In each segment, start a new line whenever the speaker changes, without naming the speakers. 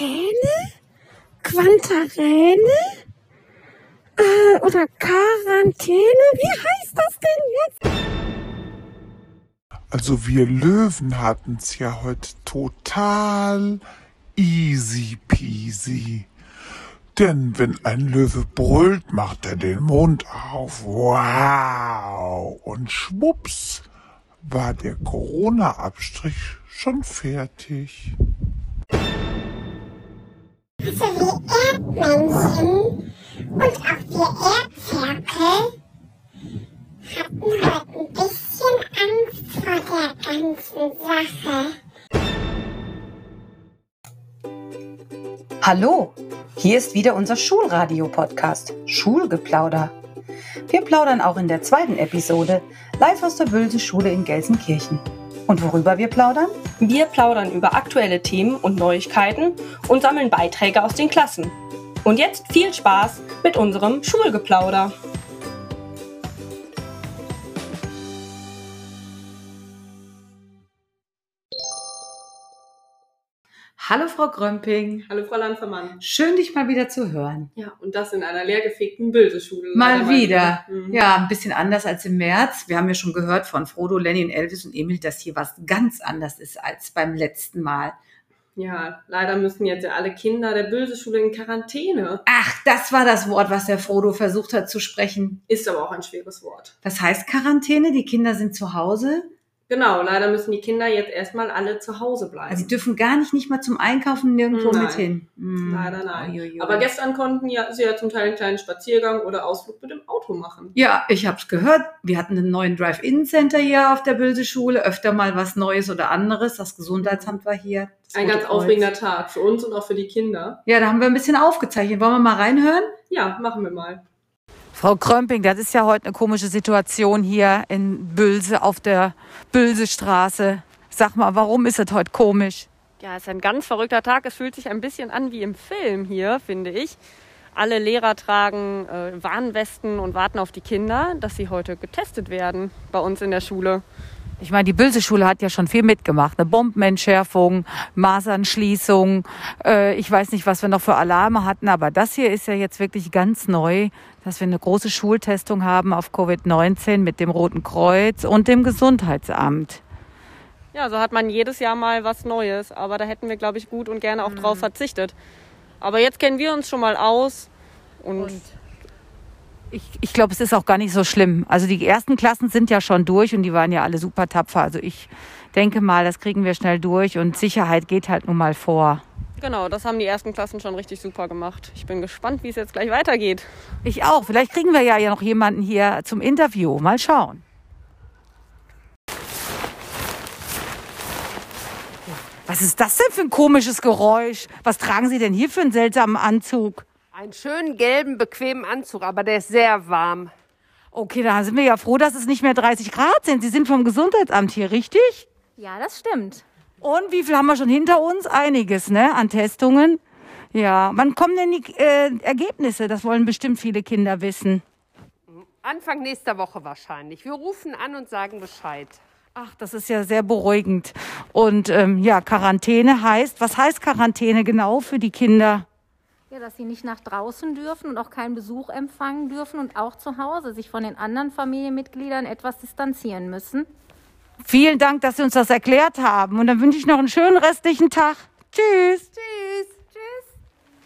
Quantaräne? Oder Quarantäne? Wie heißt das denn jetzt?
Also wir Löwen hatten's ja heute total easy peasy. Denn wenn ein Löwe brüllt, macht er den Mund auf. Wow! Und schwupps war der Corona-Abstrich schon fertig.
Also wir Erdmännchen und auch wir Erdferkel hatten heute ein bisschen Angst vor der ganzen Sache.
Hallo, hier ist wieder unser Schulradio-Podcast Schulgeplauder. Wir plaudern auch in der zweiten Episode live aus der Bülse-Schule in Gelsenkirchen. Und worüber wir plaudern?
Wir plaudern über aktuelle Themen und Neuigkeiten und sammeln Beiträge aus den Klassen. Und jetzt viel Spaß mit unserem Schulgeplauder.
Hallo Frau Grömping.
Hallo Frau Lanfermann.
Schön, dich mal wieder zu hören.
Ja, und das in einer leergefegten Bülse-Schule.
Mal wieder. Ja, ein bisschen anders als im März. Wir haben ja schon gehört von Frodo, Lenny und Elvis und Emil, dass hier was ganz anders ist als beim letzten Mal.
Ja, leider müssen jetzt ja alle Kinder der Bülse-Schule in Quarantäne.
Ach, das war das Wort, was der Frodo versucht hat zu sprechen.
Ist aber auch ein schweres Wort.
Was heißt Quarantäne? Die Kinder sind zu Hause?
Genau, leider müssen die Kinder jetzt erstmal alle zu Hause bleiben.
Also sie dürfen gar nicht mal zum Einkaufen nirgendwo mit hin.
Leider nein.
Uiuiui.
Aber gestern konnten sie ja zum Teil einen kleinen Spaziergang oder Ausflug mit dem Auto machen.
Ja, ich habe es gehört. Wir hatten einen neuen Drive-In-Center hier auf der Bülse-Schule. Öfter mal was Neues oder anderes. Das Gesundheitsamt war hier.
Ein ganz aufregender Tag für uns und auch für die Kinder.
Ja, da haben wir ein bisschen aufgezeichnet. Wollen wir mal reinhören?
Ja, machen wir mal.
Frau Grömping, das ist ja heute eine komische Situation hier in Bülse auf der Bülsestraße. Sag mal, warum ist das heute komisch?
Ja, es ist ein ganz verrückter Tag. Es fühlt sich ein bisschen an wie im Film hier, finde ich. Alle Lehrer tragen Warnwesten und warten auf die Kinder, dass sie heute getestet werden bei uns in der Schule.
Ich meine, die Bülse-Schule hat ja schon viel mitgemacht. Eine Bombenentschärfung, Masernschließung. Ich weiß nicht, was wir noch für Alarme hatten, aber das hier ist ja jetzt wirklich ganz neu, dass wir eine große Schultestung haben auf Covid-19 mit dem Roten Kreuz und dem Gesundheitsamt.
Ja, so hat man jedes Jahr mal was Neues, aber da hätten wir, glaube ich, gut und gerne auch drauf verzichtet. Aber jetzt kennen wir uns schon mal aus und
ich glaube, es ist auch gar nicht so schlimm. Also die ersten Klassen sind ja schon durch und die waren ja alle super tapfer. Also ich denke mal, das kriegen wir schnell durch und Sicherheit geht halt nun mal vor.
Genau, das haben die ersten Klassen schon richtig super gemacht. Ich bin gespannt, wie es jetzt gleich weitergeht.
Ich auch. Vielleicht kriegen wir ja noch jemanden hier zum Interview. Mal schauen. Was ist das denn für ein komisches Geräusch? Was tragen Sie denn hier für einen seltsamen Anzug?
Einen schönen gelben, bequemen Anzug, aber der ist sehr warm.
Okay, da sind wir ja froh, dass es nicht mehr 30 Grad sind. Sie sind vom Gesundheitsamt hier, richtig?
Ja, das stimmt.
Und wie viel haben wir schon hinter uns? Einiges, ne, an Testungen. Ja, wann kommen denn die Ergebnisse? Das wollen bestimmt viele Kinder wissen.
Anfang nächster Woche wahrscheinlich. Wir rufen an und sagen Bescheid.
Ach, das ist ja sehr beruhigend. Und ja, Quarantäne heißt, was heißt Quarantäne genau für die Kinder?
Ja, dass sie nicht nach draußen dürfen und auch keinen Besuch empfangen dürfen und auch zu Hause sich von den anderen Familienmitgliedern etwas distanzieren müssen.
Vielen Dank, dass Sie uns das erklärt haben. Und dann wünsche ich noch einen schönen restlichen Tag. Tschüss.
Tschüss. Tschüss.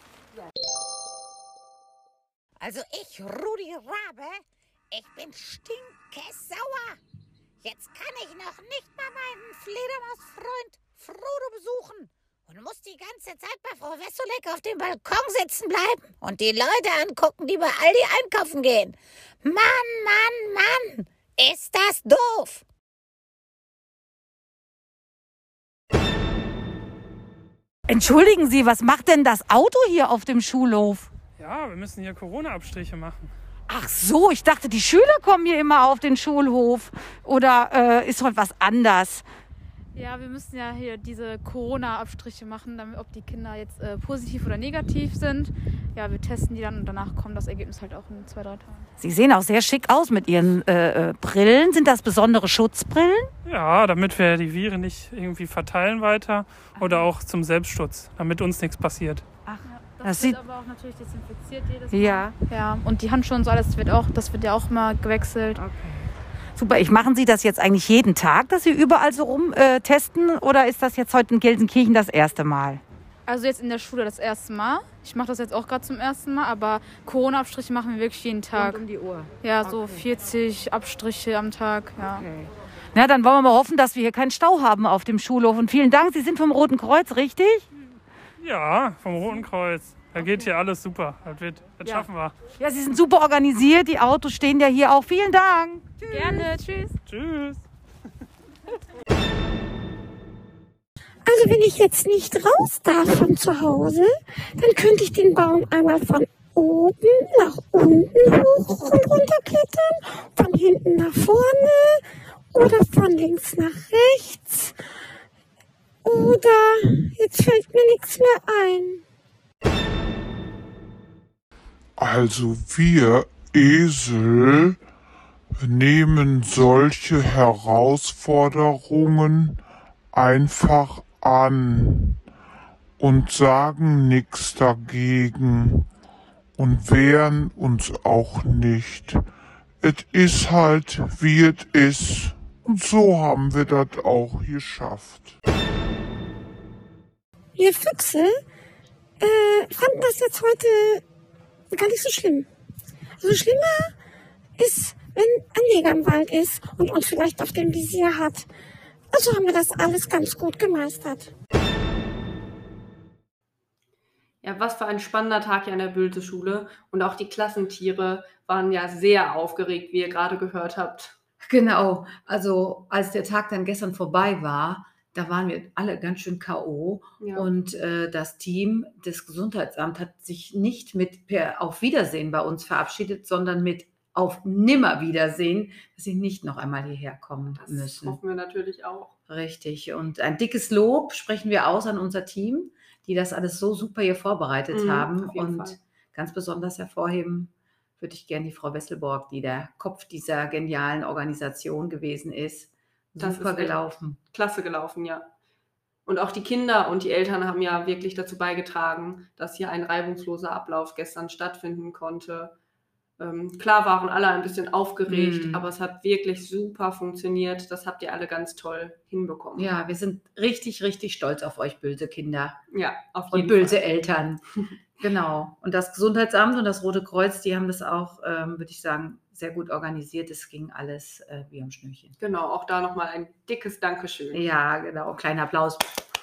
Also ich, Rudi Rabe, ich bin stinkesauer. Jetzt kann ich noch nicht mal meinen Fledermausfreund Frodo besuchen und muss die ganze Zeit bei Frau Wessolek auf dem Balkon sitzen bleiben und die Leute angucken, die bei Aldi einkaufen gehen. Mann, Mann, Mann, ist das doof.
Entschuldigen Sie, was macht denn das Auto hier auf dem Schulhof?
Ja, wir müssen hier Corona-Abstriche machen.
Ach so, ich dachte, die Schüler kommen hier immer auf den Schulhof. Oder ist heute was anders?
Ja, wir müssen ja hier diese Corona-Abstriche machen, damit, ob die Kinder jetzt positiv oder negativ sind. Ja, wir testen die dann und danach kommt das Ergebnis halt auch in 2-3 Tagen.
Sie sehen auch sehr schick aus mit Ihren Brillen. Sind das besondere Schutzbrillen?
Ja, damit wir die Viren nicht irgendwie verteilen weiter oder auch zum Selbstschutz, damit uns nichts passiert.
Ach,
das
das
sieht-
wird aber auch natürlich desinfiziert jedes Mal.
Ja.
Ja, und die Handschuhe und so alles, das wird ja auch mal gewechselt.
Super. Machen Sie das jetzt eigentlich jeden Tag, dass Sie überall so rum testen? Oder ist das jetzt heute in Gelsenkirchen das erste Mal?
Also jetzt in der Schule das erste Mal. Ich mache das jetzt auch gerade zum ersten Mal, aber Corona-Abstriche machen wir wirklich jeden Tag.
Rund um die Uhr.
Ja, so 40 Abstriche am Tag, ja.
Na, dann wollen wir mal hoffen, dass wir hier keinen Stau haben auf dem Schulhof. Und vielen Dank, Sie sind vom Roten Kreuz, richtig?
Ja, vom Roten Kreuz. Da geht hier alles super. Das schaffen wir.
Ja, Sie sind super organisiert. Die Autos stehen ja hier auch. Vielen Dank.
Gerne, tschüss.
Tschüss.
Also wenn ich jetzt nicht raus darf von zu Hause, dann könnte ich den Baum einmal von oben nach unten hoch und runter klettern, von hinten nach vorne oder von links nach rechts. Oder jetzt fällt mir nichts mehr ein.
Also wir Esel nehmen solche Herausforderungen einfach an und sagen nichts dagegen und wehren uns auch nicht. Es ist halt, wie es ist. Und so haben wir das auch geschafft.
Wir Füchse fanden das jetzt heute gar nicht so schlimm. Also schlimmer ist, wenn ein Jäger im Wald ist und uns vielleicht auf dem Visier hat. Also haben wir das alles ganz gut gemeistert.
Ja, was für ein spannender Tag hier an der Bülze-Schule. Und auch die Klassentiere waren ja sehr aufgeregt, wie ihr gerade gehört habt.
Genau, also als der Tag dann gestern vorbei war, da waren wir alle ganz schön K.O.
Ja.
Und das Team des Gesundheitsamts hat sich nicht mit per Auf Wiedersehen bei uns verabschiedet, sondern mit auf Nimmerwiedersehen, dass sie nicht noch einmal hierher kommen
Das
müssen.
hoffen wir natürlich auch.
Richtig. Und ein dickes Lob sprechen wir aus an unser Team, die das alles so super hier vorbereitet haben.
auf jeden
Und
Fall.
ganz besonders hervorheben würde ich gerne die Frau Wesselborg, die der Kopf dieser genialen Organisation gewesen ist.
Das
Super
ist echt
gelaufen.
Klasse gelaufen, ja. Und auch die Kinder und die Eltern haben ja wirklich dazu beigetragen, dass hier ein reibungsloser Ablauf gestern stattfinden konnte. Klar waren alle ein bisschen aufgeregt, aber es hat wirklich super funktioniert. Das habt ihr alle ganz toll hinbekommen.
Ja, wir sind richtig, richtig stolz auf euch, Bülse-Kinder
Ja, auf
und
jeden Fall.
Bülse-Eltern. Genau. Und das Gesundheitsamt und das Rote Kreuz, die haben das auch, würde ich sagen, sehr gut organisiert. Es ging alles wie am Schnürchen.
Genau, auch da nochmal ein dickes Dankeschön.
Ja, genau. Kleiner Applaus.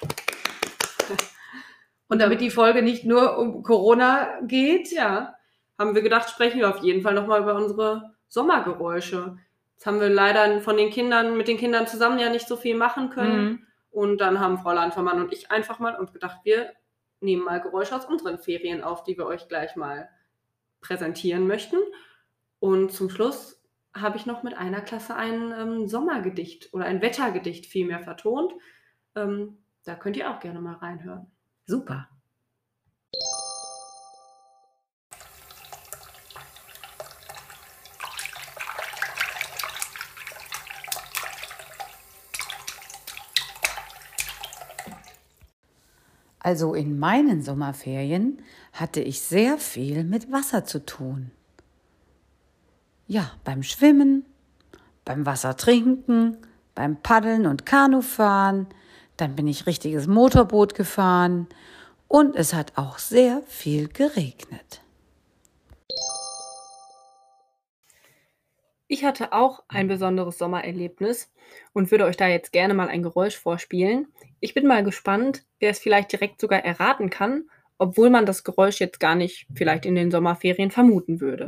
Und damit die Folge nicht nur um Corona geht,
Ja, haben wir gedacht, sprechen wir auf jeden Fall nochmal über unsere Sommergeräusche. Jetzt haben wir leider mit den Kindern zusammen ja nicht so viel machen können. Und dann haben Frau Landvermann und ich einfach mal uns gedacht, wir nehmen mal Geräusche aus unseren Ferien auf, die wir euch gleich mal präsentieren möchten. Und zum Schluss habe ich noch mit einer Klasse ein Sommergedicht oder ein Wettergedicht vielmehr vertont. Da könnt ihr auch gerne mal reinhören.
super.
Also in meinen Sommerferien hatte ich sehr viel mit Wasser zu tun. Ja, beim Schwimmen, beim Wasser trinken, beim Paddeln und Kanufahren, dann bin ich richtiges Motorboot gefahren und es hat auch sehr viel geregnet.
Ich hatte auch ein besonderes Sommererlebnis und würde euch da jetzt gerne mal ein Geräusch vorspielen. Ich bin mal gespannt, wer es vielleicht direkt sogar erraten kann, obwohl man das Geräusch jetzt gar nicht vielleicht in den Sommerferien vermuten würde.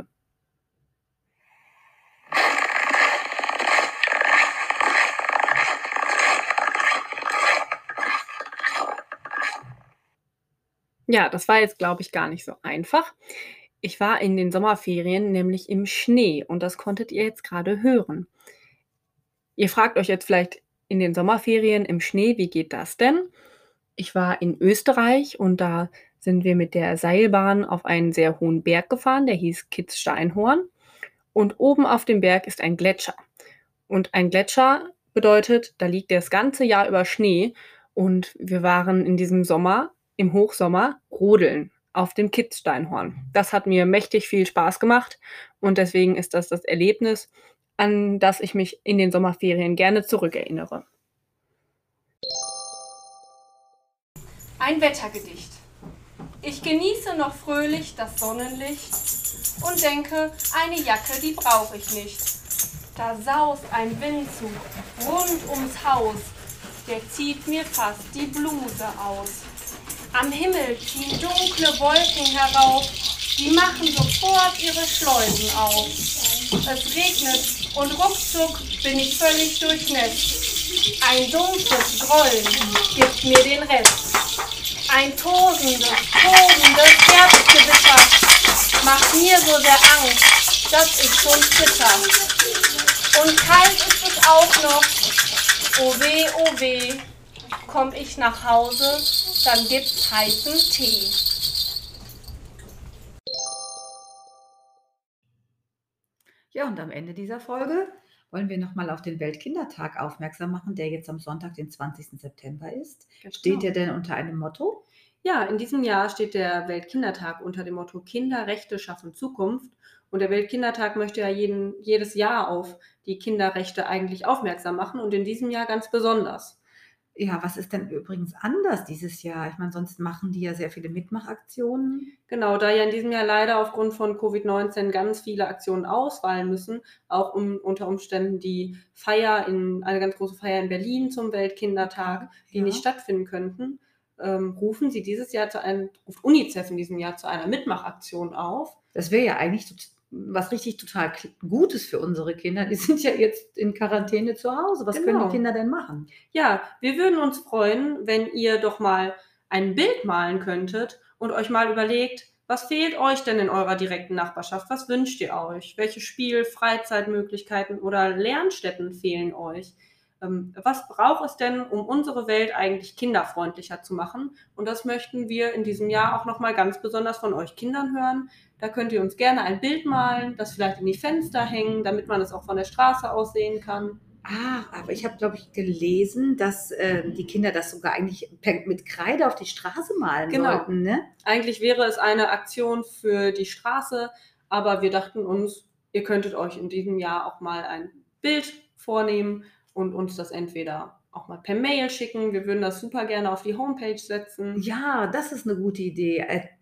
Ja, das war jetzt, glaube ich, gar nicht so einfach. Ich war in den Sommerferien nämlich im Schnee und das konntet ihr jetzt gerade hören. Ihr fragt euch jetzt vielleicht, in den Sommerferien im Schnee, wie geht das denn? Ich war in Österreich und da sind wir mit der Seilbahn auf einen sehr hohen Berg gefahren, der hieß Kitzsteinhorn. Und oben auf dem Berg ist ein Gletscher. Und ein Gletscher bedeutet, da liegt das ganze Jahr über Schnee. Und wir waren in diesem Sommer, im Hochsommer, rodeln auf dem Kitzsteinhorn. Das hat mir mächtig viel Spaß gemacht und deswegen ist das das Erlebnis, an das ich mich in den Sommerferien gerne zurückerinnere.
Ein Wettergedicht. Ich genieße noch fröhlich das Sonnenlicht und denke, eine Jacke, die brauche ich nicht. Da saust ein Windzug rund ums Haus, der zieht mir fast die Bluse aus. Am Himmel ziehen dunkle Wolken herauf, die machen sofort ihre Schleusen auf. Es regnet und ruckzuck bin ich völlig durchnässt. Ein dumpfes Grollen gibt mir den Rest. Ein tosendes, tobendes Herbstgewitter macht mir so sehr Angst, dass ich schon zitter. Und kalt ist es auch noch, oh weh, komm ich nach Hause, dann gibt's heißen Tee.
Ja, und am Ende dieser Folge wollen wir nochmal auf den Weltkindertag aufmerksam machen, der jetzt am Sonntag, den 20. September ist.
Genau.
Steht der denn unter einem Motto?
Ja, in diesem Jahr steht der Weltkindertag unter dem Motto Kinderrechte schaffen Zukunft. Und der Weltkindertag möchte ja jedes Jahr auf die Kinderrechte eigentlich aufmerksam machen und in diesem Jahr ganz besonders.
Ja, was ist denn übrigens anders dieses Jahr? Ich meine, sonst machen die ja sehr viele Mitmachaktionen.
Genau, da ja in diesem Jahr leider aufgrund von Covid-19 ganz viele Aktionen ausfallen müssen, auch unter Umständen eine ganz große Feier in Berlin zum Weltkindertag, die nicht stattfinden könnten, ruft UNICEF in diesem Jahr zu einer Mitmachaktion auf.
Das wäre ja eigentlich was richtig total Gutes für unsere Kinder. Die sind ja jetzt in Quarantäne zu Hause. Was können die Kinder denn machen?
Ja, wir würden uns freuen, wenn ihr doch mal ein Bild malen könntet und euch mal überlegt, was fehlt euch denn in eurer direkten Nachbarschaft? Was wünscht ihr euch? Welche Freizeitmöglichkeiten oder Lernstätten fehlen euch? Was braucht es denn, um unsere Welt eigentlich kinderfreundlicher zu machen? Und das möchten wir in diesem Jahr auch nochmal ganz besonders von euch Kindern hören. Da könnt ihr uns gerne ein Bild malen, das vielleicht in die Fenster hängen, damit man es auch von der Straße aus sehen kann.
Aber ich habe, glaube ich, gelesen, dass die Kinder das sogar eigentlich mit Kreide auf die Straße malen sollten. Ne?
Eigentlich wäre es eine Aktion für die Straße, aber wir dachten uns, ihr könntet euch in diesem Jahr auch mal ein Bild vornehmen und uns das entweder auch mal per Mail schicken. Wir würden das super gerne auf die Homepage setzen.
Ja, das ist eine gute Idee.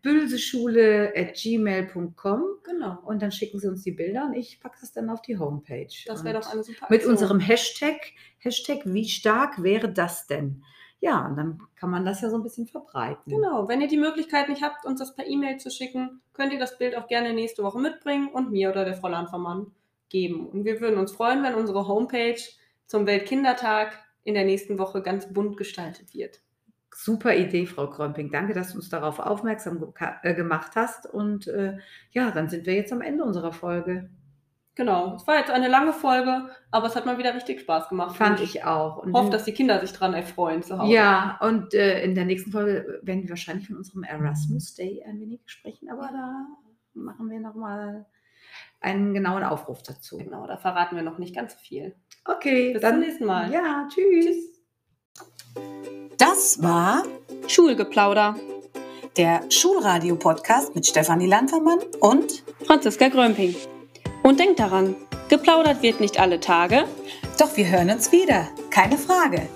@bülseschule@gmail.com.
Genau.
Und dann schicken Sie uns die Bilder und ich packe das dann auf die Homepage.
Das wäre doch eine super Aktion.
Mit unserem Hashtag, wie stark wäre das denn? Ja, und dann kann man das ja so ein bisschen verbreiten.
Genau, wenn ihr die Möglichkeit nicht habt, uns das per E-Mail zu schicken, könnt ihr das Bild auch gerne nächste Woche mitbringen und mir oder der Frau Landvermann geben. Und wir würden uns freuen, wenn unsere Homepage zum Weltkindertag in der nächsten Woche ganz bunt gestaltet wird.
Super Idee, Frau Krömping. Danke, dass du uns darauf aufmerksam gemacht hast. Und ja, dann sind wir jetzt am Ende unserer Folge.
Genau, es war jetzt eine lange Folge, aber es hat mal wieder richtig Spaß gemacht.
Fand ich auch.
Und hoffe, dass die Kinder sich dran erfreuen zu Hause.
Ja, und in der nächsten Folge werden wir wahrscheinlich von unserem Erasmus Day ein wenig sprechen, aber da machen wir nochmal einen genauen Aufruf dazu.
Genau, da verraten wir noch nicht ganz so viel.
Okay,
bis zum nächsten Mal.
Ja, tschüss.
Das war
Schulgeplauder,
der Schulradio-Podcast mit Stefanie Landvermann und
Franziska Grömping. Und denkt daran, geplaudert wird nicht alle Tage.
Doch wir hören uns wieder, keine Frage.